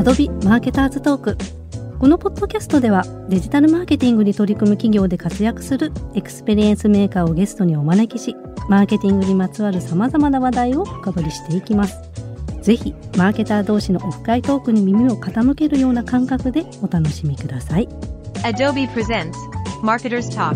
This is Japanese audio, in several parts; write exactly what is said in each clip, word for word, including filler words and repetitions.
Adobe マーケターズトーク。このポッドキャストではデジタルマーケティングに取り組む企業で活躍するエクスペリエンスメーカーをゲストにお招きし、マーケティングにまつわるさまざまな話題を深掘りしていきます。ぜひマーケター同士のオフ会トークに耳を傾けるような感覚でお楽しみください。 Adobe presents Marketers Talk。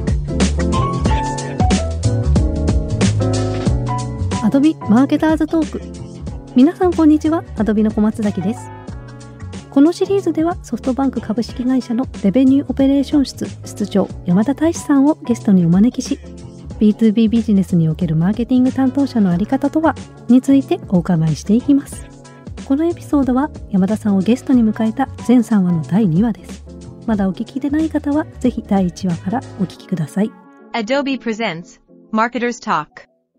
Adobe マーケターズトーク。皆さんこんにちは。 Adobe の小松崎です。このシリーズではソフトバンク株式会社のレベニューオペレーション室室長山田大志さんをゲストにお招きし、 ビーツービー ビジネスにおけるマーケティング担当者のあり方とはについてお伺いしていきます。このエピソードは山田さんをゲストに迎えた全さんわのだいにわです。まだお聞きでない方はぜひだいいちわからお聞きください。 Adobe presents Marketers Talk。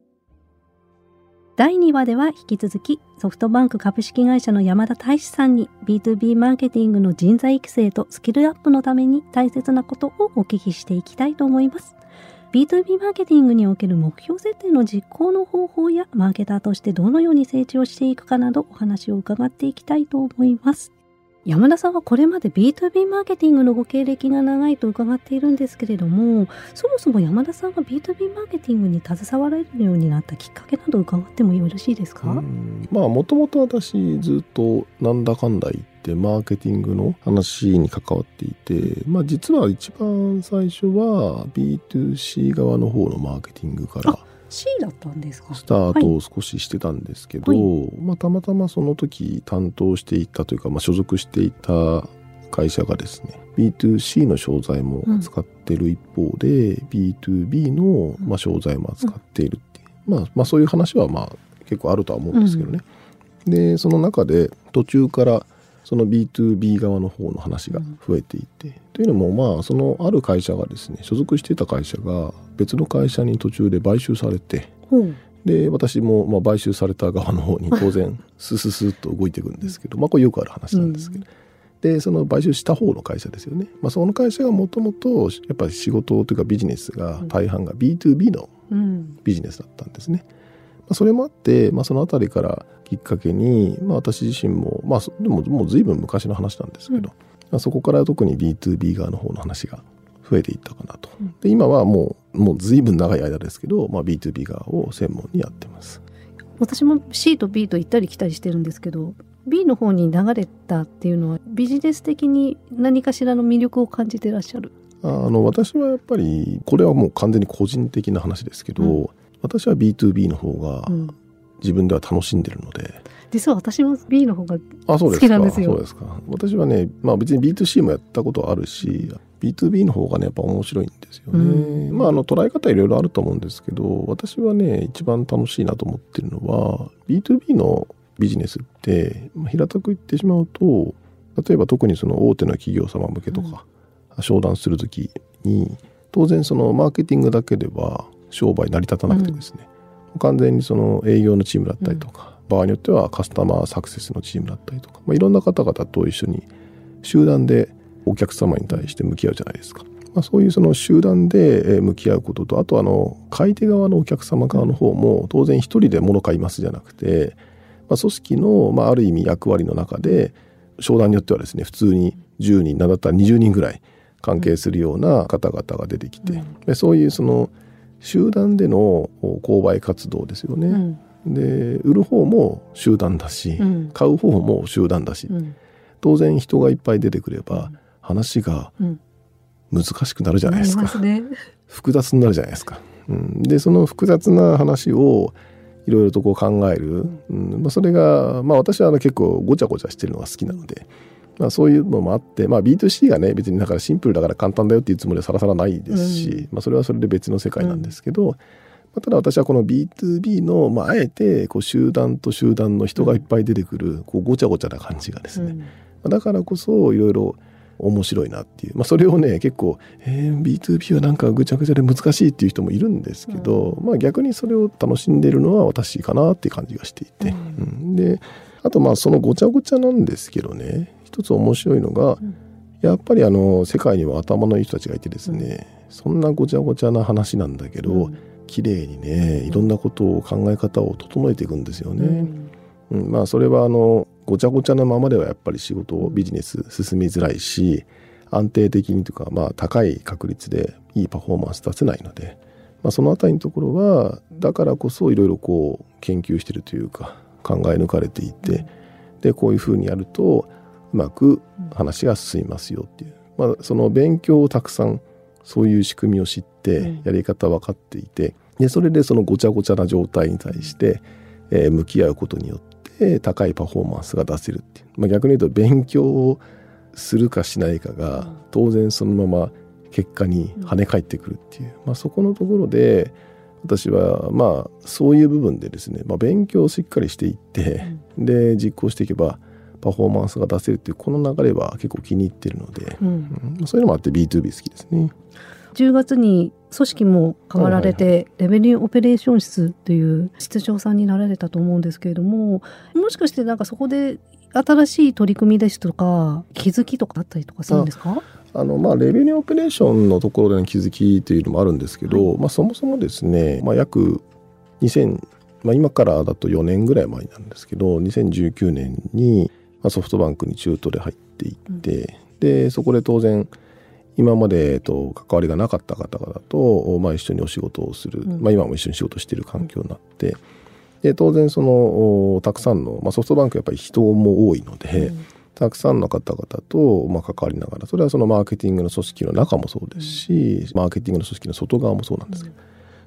だいにわでは引き続きソフトバンク株式会社の山田大志さんに ビーツービー マーケティングの人材育成とスキルアップのために大切なことをお聞きしていきたいと思います。 ビーツービー マーケティングにおける目標設定の実行の方法やマーケターとしてどのように成長していくかなどお話を伺っていきたいと思います。山田さんはこれまで ビーツービー マーケティングのご経歴が長いと伺っているんですけれども、そもそも山田さんが ビーツービー マーケティングに携われるようになったきっかけなど伺ってもよろしいですか？ うん、まあもともと私ずっとなんだかんだ言ってマーケティングの話に関わっていて、まあ実は一番最初は ビーツーシー 側の方のマーケティングから C だったんですか？ スタートを少ししてたんですけど、はい、まあ、たまたまその時担当していたというか、まあ、所属していた会社がですね ビーツーシー の商材も扱っている一方で、うん、ビーツービー の、まあ、商材も扱っているっていう、うん、まあ、まあそういう話はまあ結構あるとは思うんですけどね、うん、でその中で途中からその ビーツービー 側の方の話が増えていて、うん、というのもまあそのある会社がですね所属していた会社が別の会社に途中で買収されて、うん、で私もまあ買収された側の方に当然スススッと動いていくんですけど、まあこれよくある話なんですけど、うん、でその買収した方の会社ですよね、まあ、その会社がもともとやっぱり仕事というかビジネスが大半が ビーツービー のビジネスだったんですね。まあ、それもあって、まあ、そのあたりからきっかけに、まあ、私自身も、まあ、でももう随分昔の話なんですけど、うん、まあ、そこから特に ビーツービー 側の方の話が増えていったかなと。で今はもう、もう随分長い間ですけど、まあ、ビーツービー 側を専門にやってます。 私も C と B と行ったり来たりしてるんですけど、 B の方に流れたっていうのはビジネス的に何かしらの魅力を感じていらっしゃる？ あの私はやっぱりこれはもう完全に個人的な話ですけど、うん、私は ビーツービー の方が自分では楽しんでるので、うん、 実は私も B の方が好きなんですよ。 そうですか。私はね、まあ別に ビーツーシー もやったことはあるし、ビーツービー の方がねやっぱ面白いんですよね、うん、まああの捉え方いろいろあると思うんですけど、私はね一番楽しいなと思ってるのは ビーツービー のビジネスって、まあ、平たく言ってしまうと、例えば特にその大手の企業様向けとか、うん、商談するときに当然そのマーケティングだけでは商売成り立たなくてですね、うん、完全にその営業のチームだったりとか、うん、場合によってはカスタマーサクセスのチームだったりとか、まあ、いろんな方々と一緒に集団でお客様に対して向き合うじゃないですか。まあ、そういうその集団で向き合うことと、あとあの買い手側のお客様側の方も当然一人で物買いますじゃなくて、まあ、組織のまあある意味役割の中で商談によってはですね普通にじゅうにんなんだったらにじゅうにんぐらい関係するような方々が出てきて、うん、でそういうその集団での購買活動ですよね、うん、で売る方も集団だし、うん、買う方も集団だし、うん、当然人がいっぱい出てくれば話が難しくなるじゃないですか、うんね、複雑になるじゃないですか、うん、でその複雑な話をいろいろとこう考える、うんまあ、それが、まあ、私は結構ごちゃごちゃしてるのが好きなので、まあ、そういうのもあって、まあ、ビーツーシー がね別にだからシンプルだから簡単だよっていうつもりはさらさらないですし、うんまあ、それはそれで別の世界なんですけど、うんまあ、ただ私はこの ビーツービー の、まあ、あえてこう集団と集団の人がいっぱい出てくるこうごちゃごちゃな感じがですね、うん、だからこそいろいろ面白いなっていう、まあ、それをね結構、えー、ビーツービー はなんかぐちゃぐちゃで難しいっていう人もいるんですけど、うんまあ、逆にそれを楽しんでいるのは私かなっていう感じがしていて、うんうん、であとまあそのごちゃごちゃなんですけどね、一つ面白いのが、うん、やっぱりあの世界には頭のいい人たちがいてですね、うん、そんなごちゃごちゃな話なんだけど、うん、綺麗にねいろんなことを考え方を整えていくんですよね、うんうんまあ、それはあのごちゃごちゃなままではやっぱり仕事ビジネス進みづらいし、安定的にというか、まあ、高い確率でいいパフォーマンス出せないので、まあ、そのあたりのところはだからこそいろいろこう研究しているというか考え抜かれていて、でこういうふうにやるとうまく話が進みますよっていう、まあ、その勉強をたくさんそういう仕組みを知ってやり方分かっていて、でそれでそのごちゃごちゃな状態に対して、えー、向き合うことによって高いパフォーマンスが出せるっていう、まあ、逆に言うと勉強をするかしないかが当然そのまま結果に跳ね返ってくるっていう、まあ、そこのところで私はまあそういう部分でですね、まあ、勉強をしっかりしていって、で実行していけばパフォーマンスが出せるっていうこの流れは結構気に入ってるので、うんうん、そういうのもあって ビーツービー 好きですね。 じゅうがつに組織も変わられて、はいはいはい、レベニューオペレーション室という室長さんになられたと思うんですけれども、もしかしてなんかそこで新しい取り組みですとか気づきとかあったりとかするんですか？ あのまあレベニューオペレーションのところでの気づきというのもあるんですけど、はい、まあ、そもそもですね、まあ、約にせん、まあ、今からだとよねんぐらい前なんですけどにせんじゅうきゅうねんにソフトバンクに中途で入っていって、うん、でそこで当然今までと関わりがなかった方々と、まあ、一緒にお仕事をする、うん、まあ、今も一緒に仕事している環境になって、で当然そのたくさんの、まあ、ソフトバンクやっぱり人も多いので、うん、たくさんの方々と、まあ、関わりながら、それはそのマーケティングの組織の中もそうですし、うん、マーケティングの組織の外側もそうなんですけど、うん、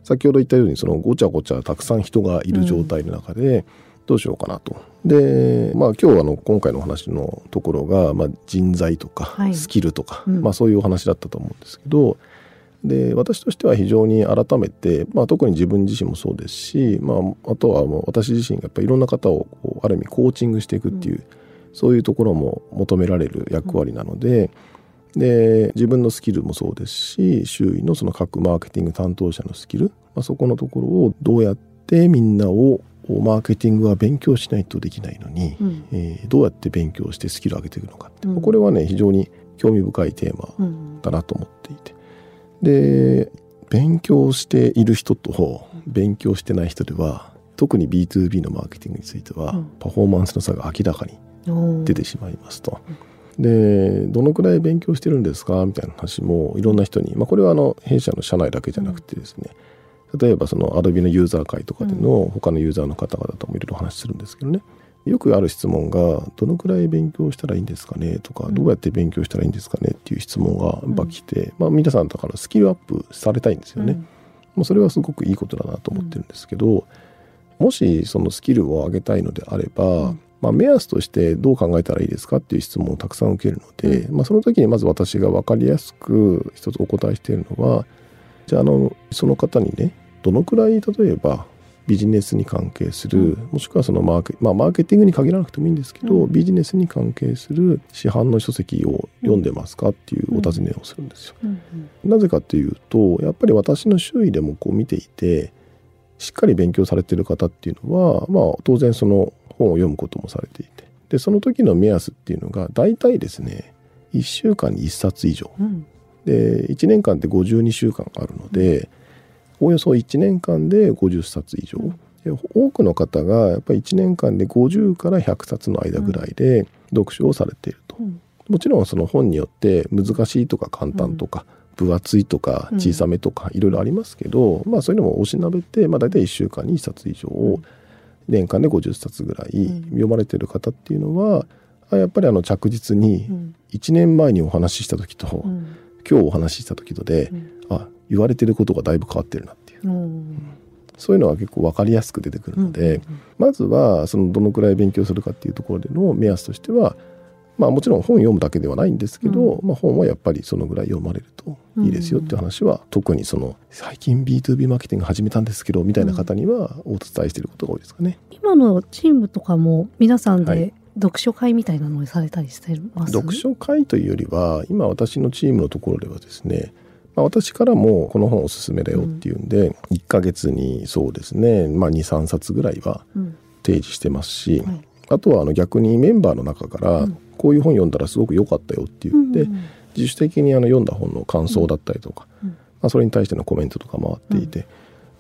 先ほど言ったようにそのごちゃごちゃたくさん人がいる状態の中で、うん、どうしようかなと。で、まあ、今日あの今回のお話のところが、まあ、人材とかスキルとか、はい、まあ、そういうお話だったと思うんですけど、で私としては非常に改めて、まあ、特に自分自身もそうですし、まあ、あとはもう私自身がやっぱりいろんな方をこうある意味コーチングしていくっていう、うん、そういうところも求められる役割なので、うん、で自分のスキルもそうですし、周囲のその各マーケティング担当者のスキル、まあ、そこのところをどうやってみんなをマーケティングは勉強しないとできないのに、うん、えー、どうやって勉強してスキルを上げていくのかって、うん、これはね非常に興味深いテーマだなと思っていて、で勉強している人と勉強してない人では特に ビーツービー のマーケティングについては、うん、パフォーマンスの差が明らかに出てしまいますと。でどのくらい勉強してるんですかみたいな話もいろんな人に、まあ、これはあの弊社の社内だけじゃなくてですね、うん、例えばその Adobe のユーザー会とかでの他のユーザーの方々ともいろいろ話するんですけどね、よくある質問がどのくらい勉強したらいいんですかねとか、どうやって勉強したらいいんですかねっていう質問がやっぱ来て、うん、まあ、皆さんだからスキルアップされたいんですよね、うん、もうそれはすごくいいことだなと思ってるんですけど、うん、もしそのスキルを上げたいのであれば、うん、まあ、目安としてどう考えたらいいですかっていう質問をたくさん受けるので、うん、まあ、その時にまず私が分かりやすく一つお答えしているのは、じゃあ、あのその方にねどのくらい例えばビジネスに関係する、うん、もしくはそのマーケ、まあ、マーケティングに限らなくてもいいんですけど、うん、ビジネスに関係する市販の書籍を読んでますかっていうお尋ねをするんですよ、うんうん、なぜかというとやっぱり私の周囲でもこう見ていてしっかり勉強されている方っていうのは、まあ、当然その本を読むこともされていて、でその時の目安っていうのが大体ですねいっしゅうかんにいっさつ以上、うん、でいちねんかんってごじゅうにしゅうかんあるので、おおよそいちねんかんでごじゅっさつ以上、うん、で多くの方がやっぱりいちねんかんでごじゅうからひゃくさつの間ぐらいで読書をされていると、うん、もちろんその本によって難しいとか簡単とか、うん、分厚いとか小さめとかいろいろありますけど、うん、まあそういうのもおしなべて、まあ、大体いっしゅうかんにいっさつ以上を年間でごじゅっさつぐらい読まれている方っていうのは、うん、やっぱりあの着実にいちねんまえにお話しした時と、うん、今日お話しした時とで、うん、あ言われてることがだいぶ変わってるなっていう、うん、そういうのは結構分かりやすく出てくるので、うんうんうん、まずはそのどのくらい勉強するかっていうところでの目安としては、まあ、もちろん本読むだけではないんですけど、うん、まあ、本はやっぱりそのぐらい読まれるといいですよっていう話は、うん、特にその最近 ビーツービー マーケティング始めたんですけどみたいな方にはお伝えしていることが多いですかね、うん、 今のチームとかも皆さんで読書会みたいなのをされたりしてます？ 読書会というよりは今私のチームのところではですね、まあ、私からもこの本おすすめだよっていうんで、うん、いっかげつにそうですね、まあ、にさんさつぐらいは提示してますし、うん、はい、あとはあの逆にメンバーの中からこういう本読んだらすごく良かったよって言って、うん、自主的にあの読んだ本の感想だったりとか、うん、まあ、それに対してのコメントとか回っていて、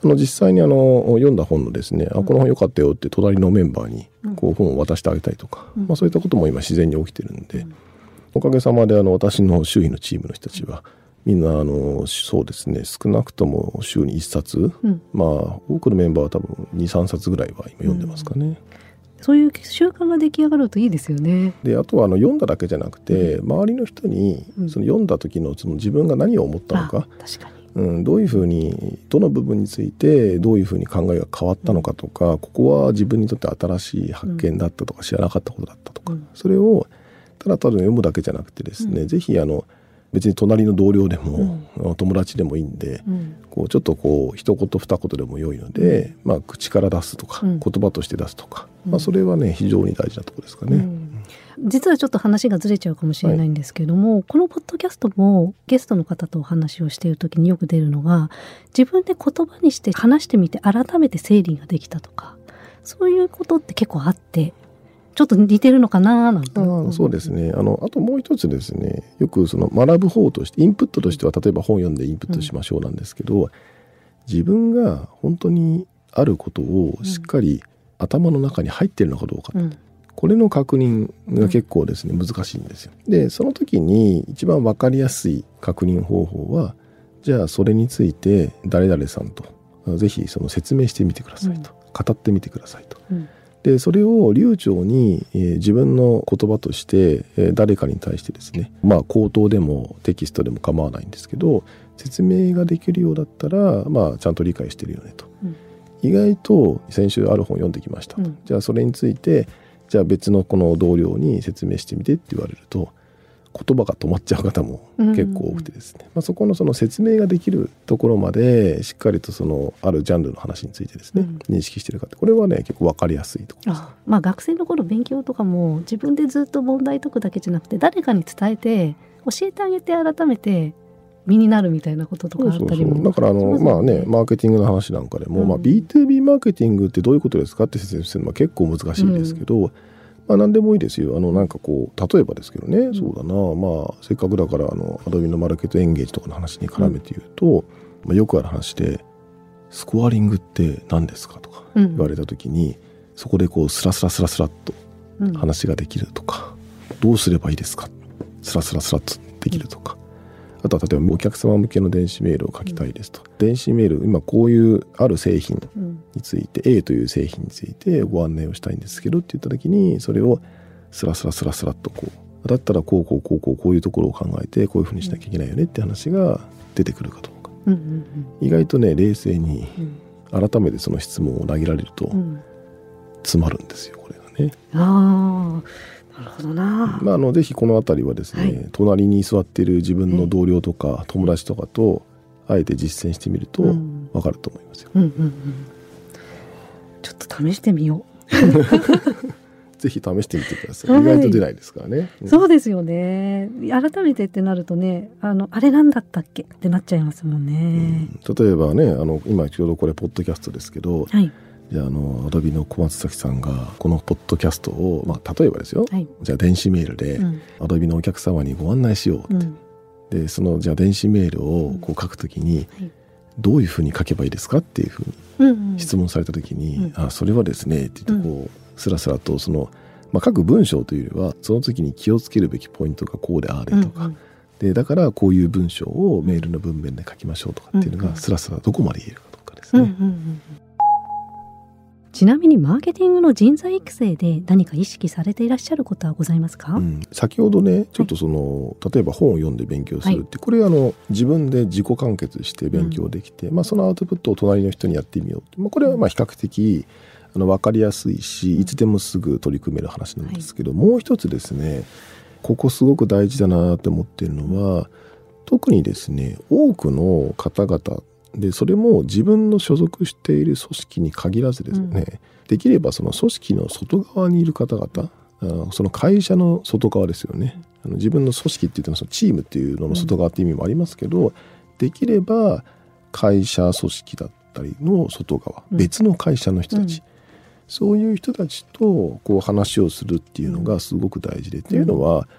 あの実際にあの読んだ本のですね、うん、あこの本良かったよって隣のメンバーにこう本を渡してあげたりとか、うんまあ、そういったことも今自然に起きてるんで、うん、おかげさまであの私の周囲のチームの人たちはみんなあのそうですね少なくとも週にいっさつ、うん、まあ多くのメンバーは多分にさんさつぐらいは今読んでますかね、うんそういう習慣が出来上がるといいですよね。 であとはあの読んだだけじゃなくて、うん、周りの人にその読んだ時のその自分が何を思ったのか、 うん、確かにうん、どういうふうにどの部分についてどういうふうに考えが変わったのかとか、うん、ここは自分にとって新しい発見だったとか、うん、知らなかったことだったとか、うん、それをただただ読むだけじゃなくてですね、うん、ぜひあの別に隣の同僚でも、うん、友達でもいいんで、うん、こうちょっとこう一言二言でも良いので、うんまあ、口から出すとか、うん、言葉として出すとか、まあ、それはね非常に大事なところですかね、うん実はちょっと話がずれちゃうかもしれないんですけれども、はい、このポッドキャストもゲストの方とお話をしている時によく出るのが自分で言葉にして話してみて改めて整理ができたとかそういうことって結構あってちょっと似てるのかななんてあそうですねあのあともう一つですねよくその学ぶ方としてインプットとしては例えば本読んでインプットしましょうなんですけど、うん、自分が本当にあることをしっかり頭の中に入っているのかどうか、うんこれの確認が結構ですね、うん、難しいんですよ。でその時に一番分かりやすい確認方法はじゃあそれについて誰々さんとぜひその説明してみてくださいと、うん、語ってみてくださいと、うん、でそれを流暢に、えー、自分の言葉として、えー、誰かに対してですねまあ口頭でもテキストでも構わないんですけど説明ができるようだったらまあちゃんと理解してるよねと、うん、意外と先週ある本読んできましたと、うん、じゃあそれについてじゃあ別のこの同僚に説明してみてって言われると言葉が止まっちゃう方も結構多くてですね、うんまあ、そこのその説明ができるところまでしっかりとそのあるジャンルの話についてですね、うん、認識してるかってこれはね結構分かりやすいところです。 あ、まあ、学生の頃勉強とかも自分でずっと問題解くだけじゃなくて誰かに伝えて教えてあげて改めて身になるみたいなこととかあったりも。 そうそうそうだからあの、まあね、マーケティングの話なんかでも、うんまあ、ビーツービー マーケティングってどういうことですかって説明するのは結構難しいんですけど、うんまあ、何でもいいですよ。あのなんかこう例えばですけどね、うん、そうだな、まあ、せっかくだからあの Adobe のマーケットエンゲージとかの話に絡めて言うと、うんまあ、よくある話でスコアリングって何ですかとか言われた時に、うん、そこでこうスラスラスラスラっと話ができるとか、うん、どうすればいいですかスラスラスラっとできるとか、あとは例えばお客様向けの電子メールを書きたいですと、うん、電子メール今こういうある製品について、うん、A という製品についてご案内をしたいんですけどって言った時にそれをスラスラスラスラっとこうだったらこうこうこうこうこういうところを考えてこういうふうにしなきゃいけないよねって話が出てくるかどうか、うんうんうん、意外とね冷静に改めてその質問を投げられると詰まるんですよこれがね。 あなるほどな、 まあ、あのぜひこのあたりはですね、はい、隣に座っている自分の同僚とか友達とかとあえて実践してみると分かると思いますよ、うんうんうん、 ちょっと試してみようぜひ試してみてください、はい、意外と出ないですからね、 うん、そうですよね改めてってなるとね あのあれなんだったっけってなっちゃいますもんね、 うん、例えばねあの今ちょうどこれポッドキャストですけど、はいじゃあ、あのアドビの小松崎さんがこのポッドキャストを、まあ、例えばですよ、はい、じゃあ電子メールで、うん、アドビのお客様にご案内しようって、うん、でそのじゃあ電子メールをこう書くときに、うんはい、どういうふうに書けばいいですかっていうふうに質問されたときに、うんうん、あそれはですねって言ってこう、うん、スラスラとその、まあ、書く文章というよりはその時に気をつけるべきポイントがこうであれとか、うんうん、でだからこういう文章をメールの文面で書きましょうとかっていうのがスラスラどこまで言えるかとかですね、うんうんうんちなみにマーケティングの人材育成で何か意識されていらっしゃることはございますか？ うん、先ほどねちょっとその、はい、例えば本を読んで勉強するって、はい、これあの自分で自己完結して勉強できて、うんまあ、そのアウトプットを隣の人にやってみよう、まあ、これはまあ比較的あの分かりやすいし、うん、いつでもすぐ取り組める話なんですけど、はい、もう一つですねここすごく大事だなと思っているのは特にですね多くの方々でそれも自分の所属している組織に限らずですね、うん、できればその組織の外側にいる方々あその会社の外側ですよね、あの自分の組織って言ってもそのチームっていうのの外側っていう意味もありますけど、うん、できれば会社組織だったりの外側、うん、別の会社の人たち、うん、そういう人たちとこう話をするっていうのがすごく大事で、うん、っていうのは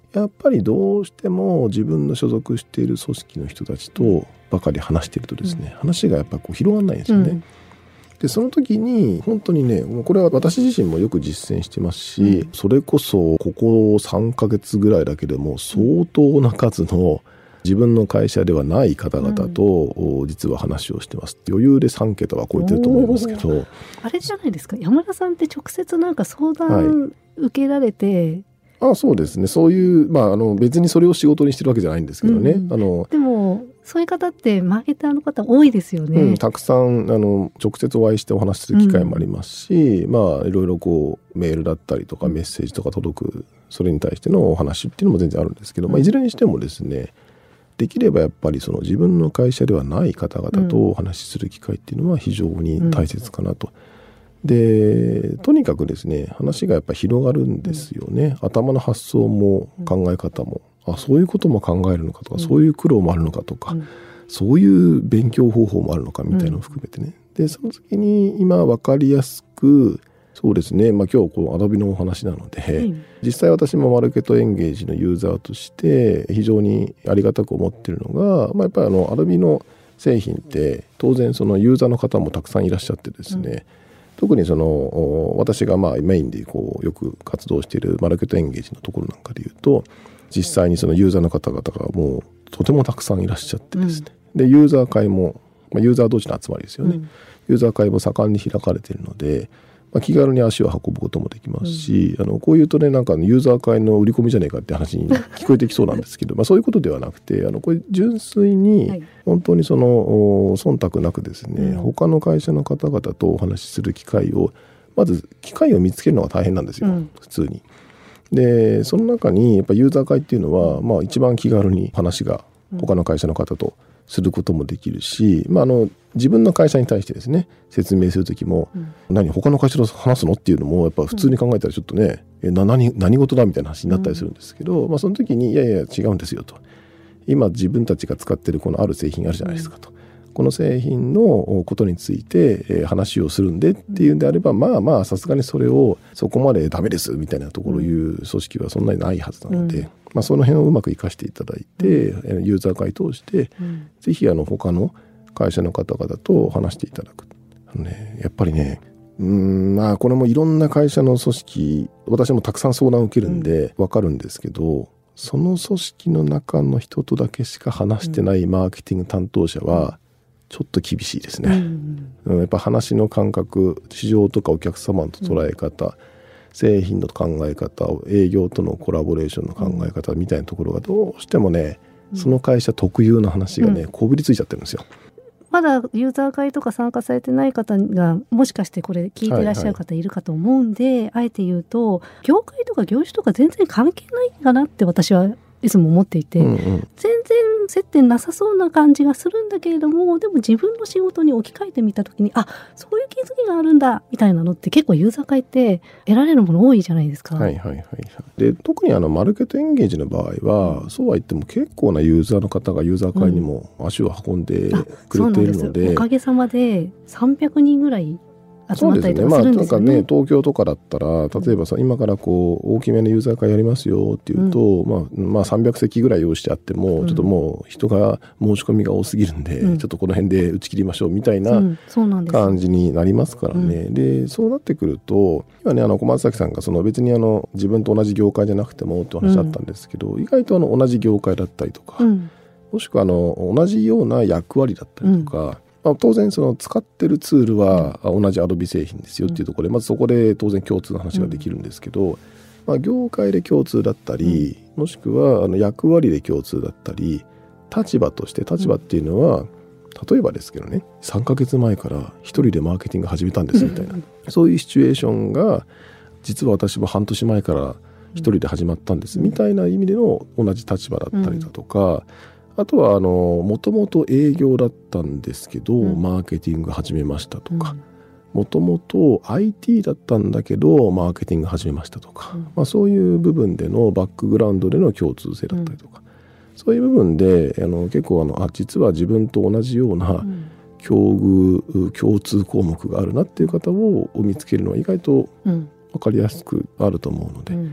やっぱりどうしても自分の所属している組織の人たちとばかり話しているとですね、うん、話がやっぱこう広がらないんですよね、うん、でその時に本当にね、これは私自身もよく実践してますし、うん、それこそここさんかげつぐらいだけでも相当な数の自分の会社ではない方々と実は話をしてます。余裕でさんけたは超えてると思いますけど、 あれじゃないですか、山田さんって直接なんか相談受けられて、 はい、あそうですね、そういう、まあ、あの別にそれを仕事にしてるわけじゃないんですけどね、うん、あのでもそういう方ってマーケターの方多いですよね、 うん、たくさんあの直接お会いしてお話しする機会もありますし、うん、まあいろいろこうメールだったりとかメッセージとか届く、それに対してのお話っていうのも全然あるんですけど、まあ、いずれにしてもですね、できればやっぱりその自分の会社ではない方々とお話しする機会っていうのは非常に大切かなと、うん、でとにかくですね、話がやっぱ広がるんですよね、うん、頭の発想も考え方も、あそういうことも考えるのかとか、うん、そういう苦労もあるのかとか、うん、そういう勉強方法もあるのかみたいなのを含めてね、でその時に今分かりやすく、そうですね、まあ、今日このアドビのお話なので、うん、実際私もマルケットエンゲージのユーザーとして非常にありがたく思っているのが、まあ、やっぱりあのアドビの製品って当然そのユーザーの方もたくさんいらっしゃってですね、うん、特にその私がまあメインでこうよく活動しているマルケットエンゲージのところなんかでいうと、実際にそのユーザーの方々がもうとてもたくさんいらっしゃってですね、うん、でユーザー会も、まあ、ユーザー同士の集まりですよね、うん、ユーザー会も盛んに開かれているので、まあ、気軽に足を運ぶこともできますし、うん、あのこういうとね、なんかユーザー会の売り込みじゃねえかって話に聞こえてきそうなんですけどまあそういうことではなくて、あのこれ純粋に本当にその忖度なくですね、うん、他の会社の方々とお話しする機会を、まず機会を見つけるのが大変なんですよ、うん、普通に。でその中にやっぱユーザー会っていうのは、まあ、一番気軽に話が他の会社の方とすることもできるし、まあ、あの自分の会社に対してですね説明するときも、うん、何他の会社と話すのっていうのもやっぱ普通に考えたらちょっとね、うん、えな 何, 何事だみたいな話になったりするんですけど、うんまあ、その時にいやいや違うんですよと、今自分たちが使ってるこのある製品あるじゃないですかと、うん、この製品のことについて、えー、話をするんでっていうんであれば、うん、まあまあさすがにそれをそこまでダメですみたいなところを言う組織はそんなにないはずなので、うんまあ、その辺をうまく活かしていただいて、うん、ユーザー会通して、うん、ぜひあの他の会社の方々と話していただく。あのね、やっぱりね、うーんまあこれもいろんな会社の組織、私もたくさん相談を受けるんで分かるんですけど、うん、その組織の中の人とだけしか話してないマーケティング担当者はちょっと厳しいですね、うんうん、やっぱ話の感覚、市場とかお客様の捉え方、うん製品の考え方、営業とのコラボレーションの考え方みたいなところがどうしてもね、うん、その会社特有の話がね、うん、こびりついちゃってるんですよ。 まだユーザー会とか参加されてない方がもしかしてこれ聞いてらっしゃる方いるかと思うんで、はいはい、あえて言うと業界とか業種とか全然関係ないかなって私はいつも思っていて、うんうん、全然接点なさそうな感じがするんだけれども、でも自分の仕事に置き換えてみたときに、あ、そういう気づきがあるんだみたいなのって結構ユーザー会って得られるもの多いじゃないですか。 はいはいはい。で特にあのマルケットエンゲージの場合は、うん、そうは言っても結構なユーザーの方がユーザー会にも足を運んでくれているので、うん、 おかげさまでさんびゃくにんぐらい集まったりとかするんですよね。 そうですね。まあなんかね、東京とかだったら例えばさ、今からこう大きめのユーザー会やりますよっていうと、うん、まあ、まあさんびゃくせきぐらい用意してあっても、うん、ちょっともう人が申し込みが多すぎるんで、うん、ちょっとこの辺で打ち切りましょうみたいな感じになりますからね。うん、でそうなってくると今ね、あの小松崎さんがその別にあの自分と同じ業界じゃなくてもってお話あったんですけど、うん、意外とあの同じ業界だったりとか、うん、もしくはあの同じような役割だったりとか、うんまあ、当然その使ってるツールは同じアドビ製品ですよっていうところで、まずそこで当然共通の話ができるんですけど、まあ、業界で共通だったり、もしくはあの役割で共通だったり、立場として立場っていうのは、例えばですけどね、さんかげつまえから一人でマーケティング始めたんですみたいな、そういうシチュエーションが実は私も半年前から一人で始まったんですみたいな意味での同じ立場だったりだとか、あとはあのもともと営業だったんですけど、うん、マーケティング始めましたとか、もともと アイティー だったんだけどマーケティング始めましたとか、うんまあ、そういう部分でのバックグラウンドでの共通性だったりとか、うん、そういう部分であの結構あのあ実は自分と同じような境遇、共通項目があるなっていう方を見つけるのは意外と分かりやすくあると思うので、うん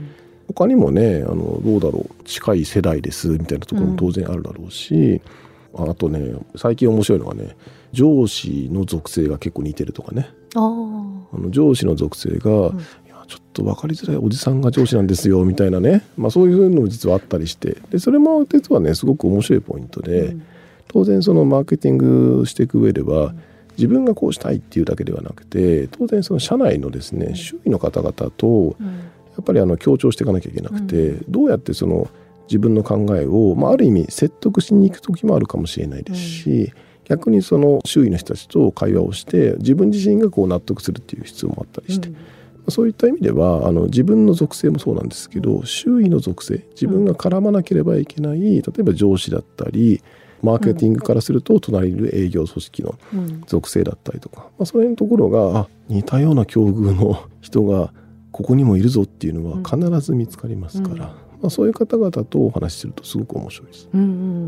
他にもね、あのどうだろう、近い世代ですみたいなところも当然あるだろうし、うん、あとね、最近面白いのがね、上司の属性が結構似てるとかね。ああの上司の属性が、うん、いやちょっと分かりづらいおじさんが上司なんですよみたいなね、まあ、そういうのも実はあったりして、でそれも実はねすごく面白いポイントで、うん、当然そのマーケティングしていく上では、うん、自分がこうしたいっていうだけではなくて、当然その社内のですね、周囲の方々と、うん、やっぱりあの協調していかなきゃいけなくて、うん、どうやってその自分の考えを、まあ、ある意味説得しに行く時もあるかもしれないですし、うん、逆にその周囲の人たちと会話をして自分自身がこう納得するっていう必要もあったりして、うん、そういった意味ではあの自分の属性もそうなんですけど、周囲の属性、自分が絡まなければいけない、例えば上司だったりマーケティングからすると隣にいる営業組織の属性だったりとか、まあ、そういうところがあ似たような境遇の人がここにもいるぞっていうのは必ず見つかりますから、うんうん、まあ、そういう方々とお話しするとすごく面白いです、うんうん、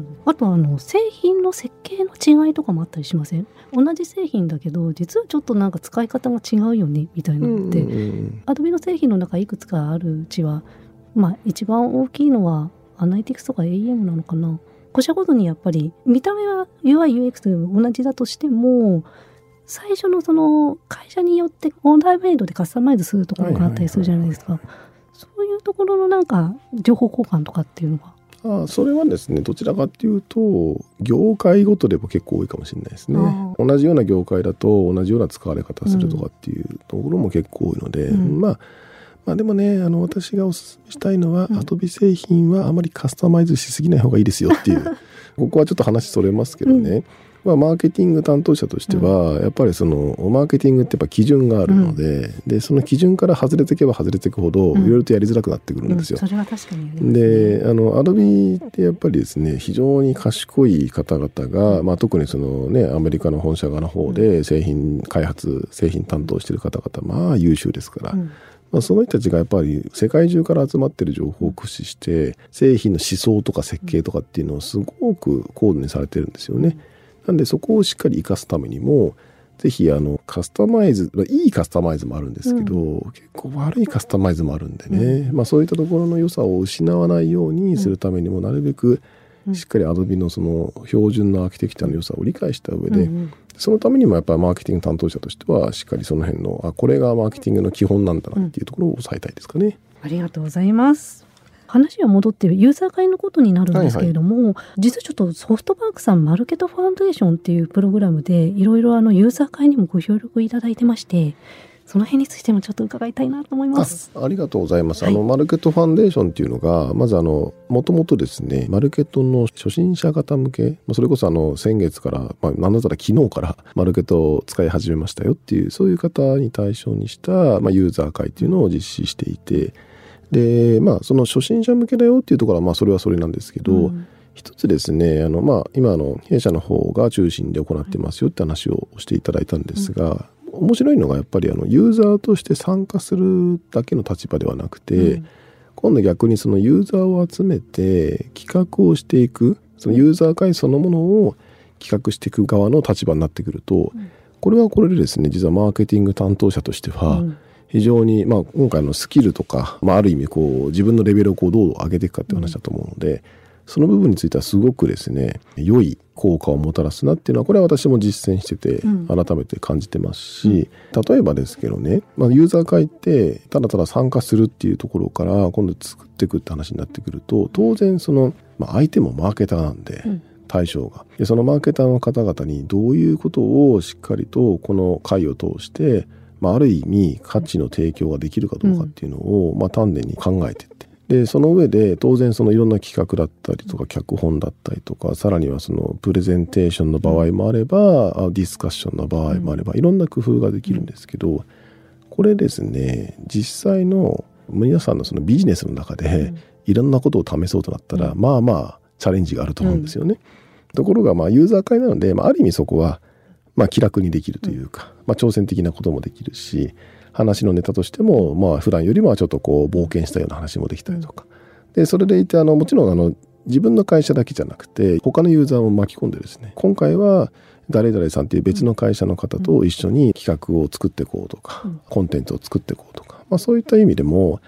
あとあの製品の設計の違いとかもあったりしません？同じ製品だけど実はちょっとなんか使い方が違うよねみたいなのって、うんうんうん、アドビの製品の中いくつかあるうちは、まあ、一番大きいのはアナリティクスとか エーイーエム なのかな。個社ごとにやっぱり見た目は ユーアイユーエックス 同じだとしても、最初のその会社によってオーダーメイドでカスタマイズするところがあったりするじゃないですか、はいはいはいはい、そういうところのなんか情報交換とかっていうのは、 ああ、それはですね、どちらかっていうと業界ごとでも結構多いかもしれないですね。同じような業界だと同じような使われ方するとかっていうところも結構多いので、うん、まあまあ、でもね、あの私がお勧めしたいのは、うん、アドビ製品はあまりカスタマイズしすぎない方がいいですよっていうここはちょっと話それますけどね、うん、まあ、マーケティング担当者としては、うん、やっぱりそのマーケティングってやっぱ基準があるので、うん、でその基準から外れていけば外れていくほど、うん、いろいろとやりづらくなってくるんですよ、 うん、それは確かにありますね。 で、あのアドビってやっぱりですね、非常に賢い方々が、まあ、特にそのねアメリカの本社側の方で製品開発、製品担当している方々、まあ優秀ですから、うん、まあ、その人たちがやっぱり世界中から集まっている情報を駆使して製品の思想とか設計とかっていうのをすごく高度にされてるんですよね。なんでそこをしっかり活かすためにもぜひあのカスタマイズ、いいカスタマイズもあるんですけど、うん、結構悪いカスタマイズもあるんでね、うん、まあ、そういったところの良さを失わないようにするためにもなるべくしっかり Adobe のその標準のアーキテクチャの良さを理解した上で、うんうん、そのためにもやっぱりマーケティング担当者としてはしっかりその辺のあこれがマーケティングの基本なんだなっていうところを押さえたいですかね、うん、 ありがとうございます。話は戻ってユーザー会のことになるんですけれども、はいはい、実はちょっとソフトバンクさんマルケットファンデーションっていうプログラムでいろいろあのユーザー会にもご協力いただいてまして、その辺についてもちょっと伺いたいなと思います。 あ, ありがとうございます、 はい、 あのマルケットファンデーションっていうのがまずあのもともとですねマルケットの初心者方向け、それこそあの先月から、まあ、なんだったら昨日からマルケットを使い始めましたよっていうそういう方に対象にした、まあ、ユーザー会っていうのを実施していて、でまあその初心者向けだよっていうところはまあそれはそれなんですけど、うん、一つですねあの、まあ、今の弊社の方が中心で行ってますよって話をしていただいたんですが、うん、面白いのがやっぱりあのユーザーとして参加するだけの立場ではなくて、うん、今度逆にそのユーザーを集めて企画をしていく、そのユーザー会そのものを企画していく側の立場になってくると、うん、これはこれでですね実はマーケティング担当者としては、うん非常に、まあ、今回のスキルとか、まあ、ある意味こう自分のレベルをこうどう上げていくかっていう話だと思うので、うん、その部分についてはすごくですね良い効果をもたらすなっていうのはこれは私も実践してて改めて感じてますし、うん、例えばですけどね、まあ、ユーザー会ってただただ参加するっていうところから今度作っていくって話になってくると当然その、まあ、相手もマーケターなんで、うん対象がでそのマーケターの方々にどういうことをしっかりとこの会を通してまあ、ある意味価値の提供ができるかどうかっていうのを、まあ、丹念に考えていってでその上で当然そのいろんな企画だったりとか脚本だったりとかさらにはそのプレゼンテーションの場合もあればディスカッションの場合もあればいろんな工夫ができるんですけどこれですね実際の皆さんのそのビジネスの中でいろんなことを試そうとなったらまあまあチャレンジがあると思うんですよね。ところがまあユーザー会なので、まあ、ある意味そこはまあ気楽にできるというか、まあ、挑戦的なこともできるし話のネタとしてもまあ普段よりもちょっとこう冒険したような話もできたりとかでそれでいてあのもちろんあの自分の会社だけじゃなくて他のユーザーも巻き込んでですね今回は誰々さんっていう別の会社の方と一緒に企画を作っていこうとかコンテンツを作っていこうとか、まあ、そういった意味でも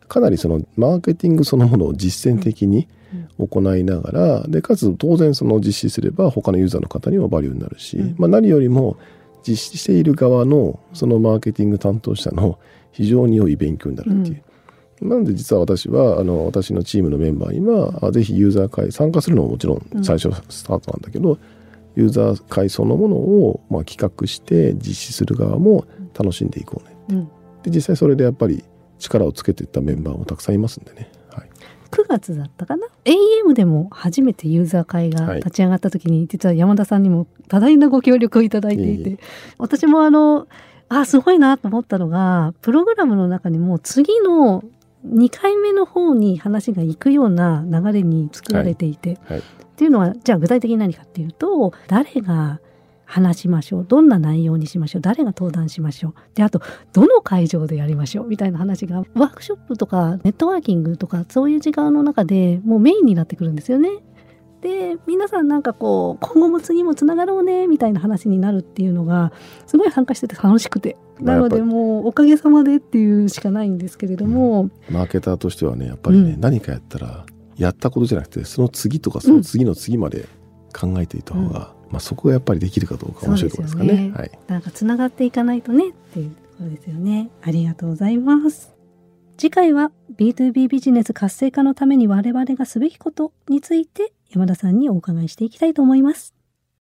かなりそのマーケティングそのものを実践的に行いながら、でかつ当然その実施すれば他のユーザーの方にもバリューになるし、うん、まあ、何よりも実施している側のそのマーケティング担当者の非常に良い勉強になるっていう、うん、なので実は私はあの私のチームのメンバーにはぜひユーザー会参加するのももちろん最初スタートなんだけど、うん、ユーザー会そのものをまあ企画して実施する側も楽しんでいこうねって、うん、で実際それでやっぱり力をつけていったメンバーもたくさんいますんでね、はい、 くがつだったかな エーイーエム でも初めてユーザー会が立ち上がった時に、はい、実は山田さんにも多大なご協力をいただいていて、いい私もあのあすごいなと思ったのが、プログラムの中にも次のにかいめの方に話が行くような流れに作られていて、はいはい、っていうのはじゃあ具体的に何かっていうと、誰が話しましょう、どんな内容にしましょう、誰が登壇しましょう、であとどの会場でやりましょうみたいな話がワークショップとかネットワーキングとかそういう時間の中でもうメインになってくるんですよね。で皆さんなんかこう今後も次もつながろうねみたいな話になるっていうのがすごい参加してて楽しくて、なのでもうおかげさまでっていうしかないんですけれども、うん、 マーケターとしてはねやっぱりね、うん、何かやったらやったことじゃなくてその次とかその次の次まで考えていた方が、うん、まあ、そこがやっぱりできるかどうか面白いところですかね。そうですよね、はい、なんかつながっていかないとねっていうところですよね。ありがとうございます。次回は ビーツービー ビジネス活性化のために我々がすべきことについて山田さんにお伺いしていきたいと思います。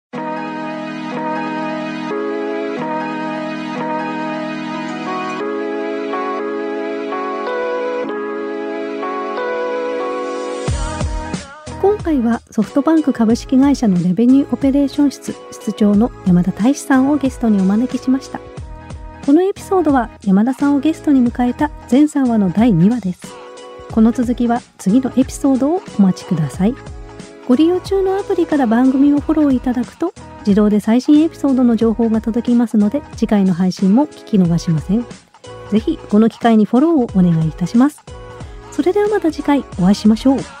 今回はソフトバンク株式会社のレベニューオペレーション室室長の山田大志さんをゲストにお招きしました。このエピソードは山田さんをゲストに迎えた全さんわのだいにわです。この続きは次のエピソードをお待ちください。ご利用中のアプリから番組をフォローいただくと自動で最新エピソードの情報が届きますので、次回の配信も聞き逃しません。ぜひこの機会にフォローをお願いいたします。それではまた次回お会いしましょう。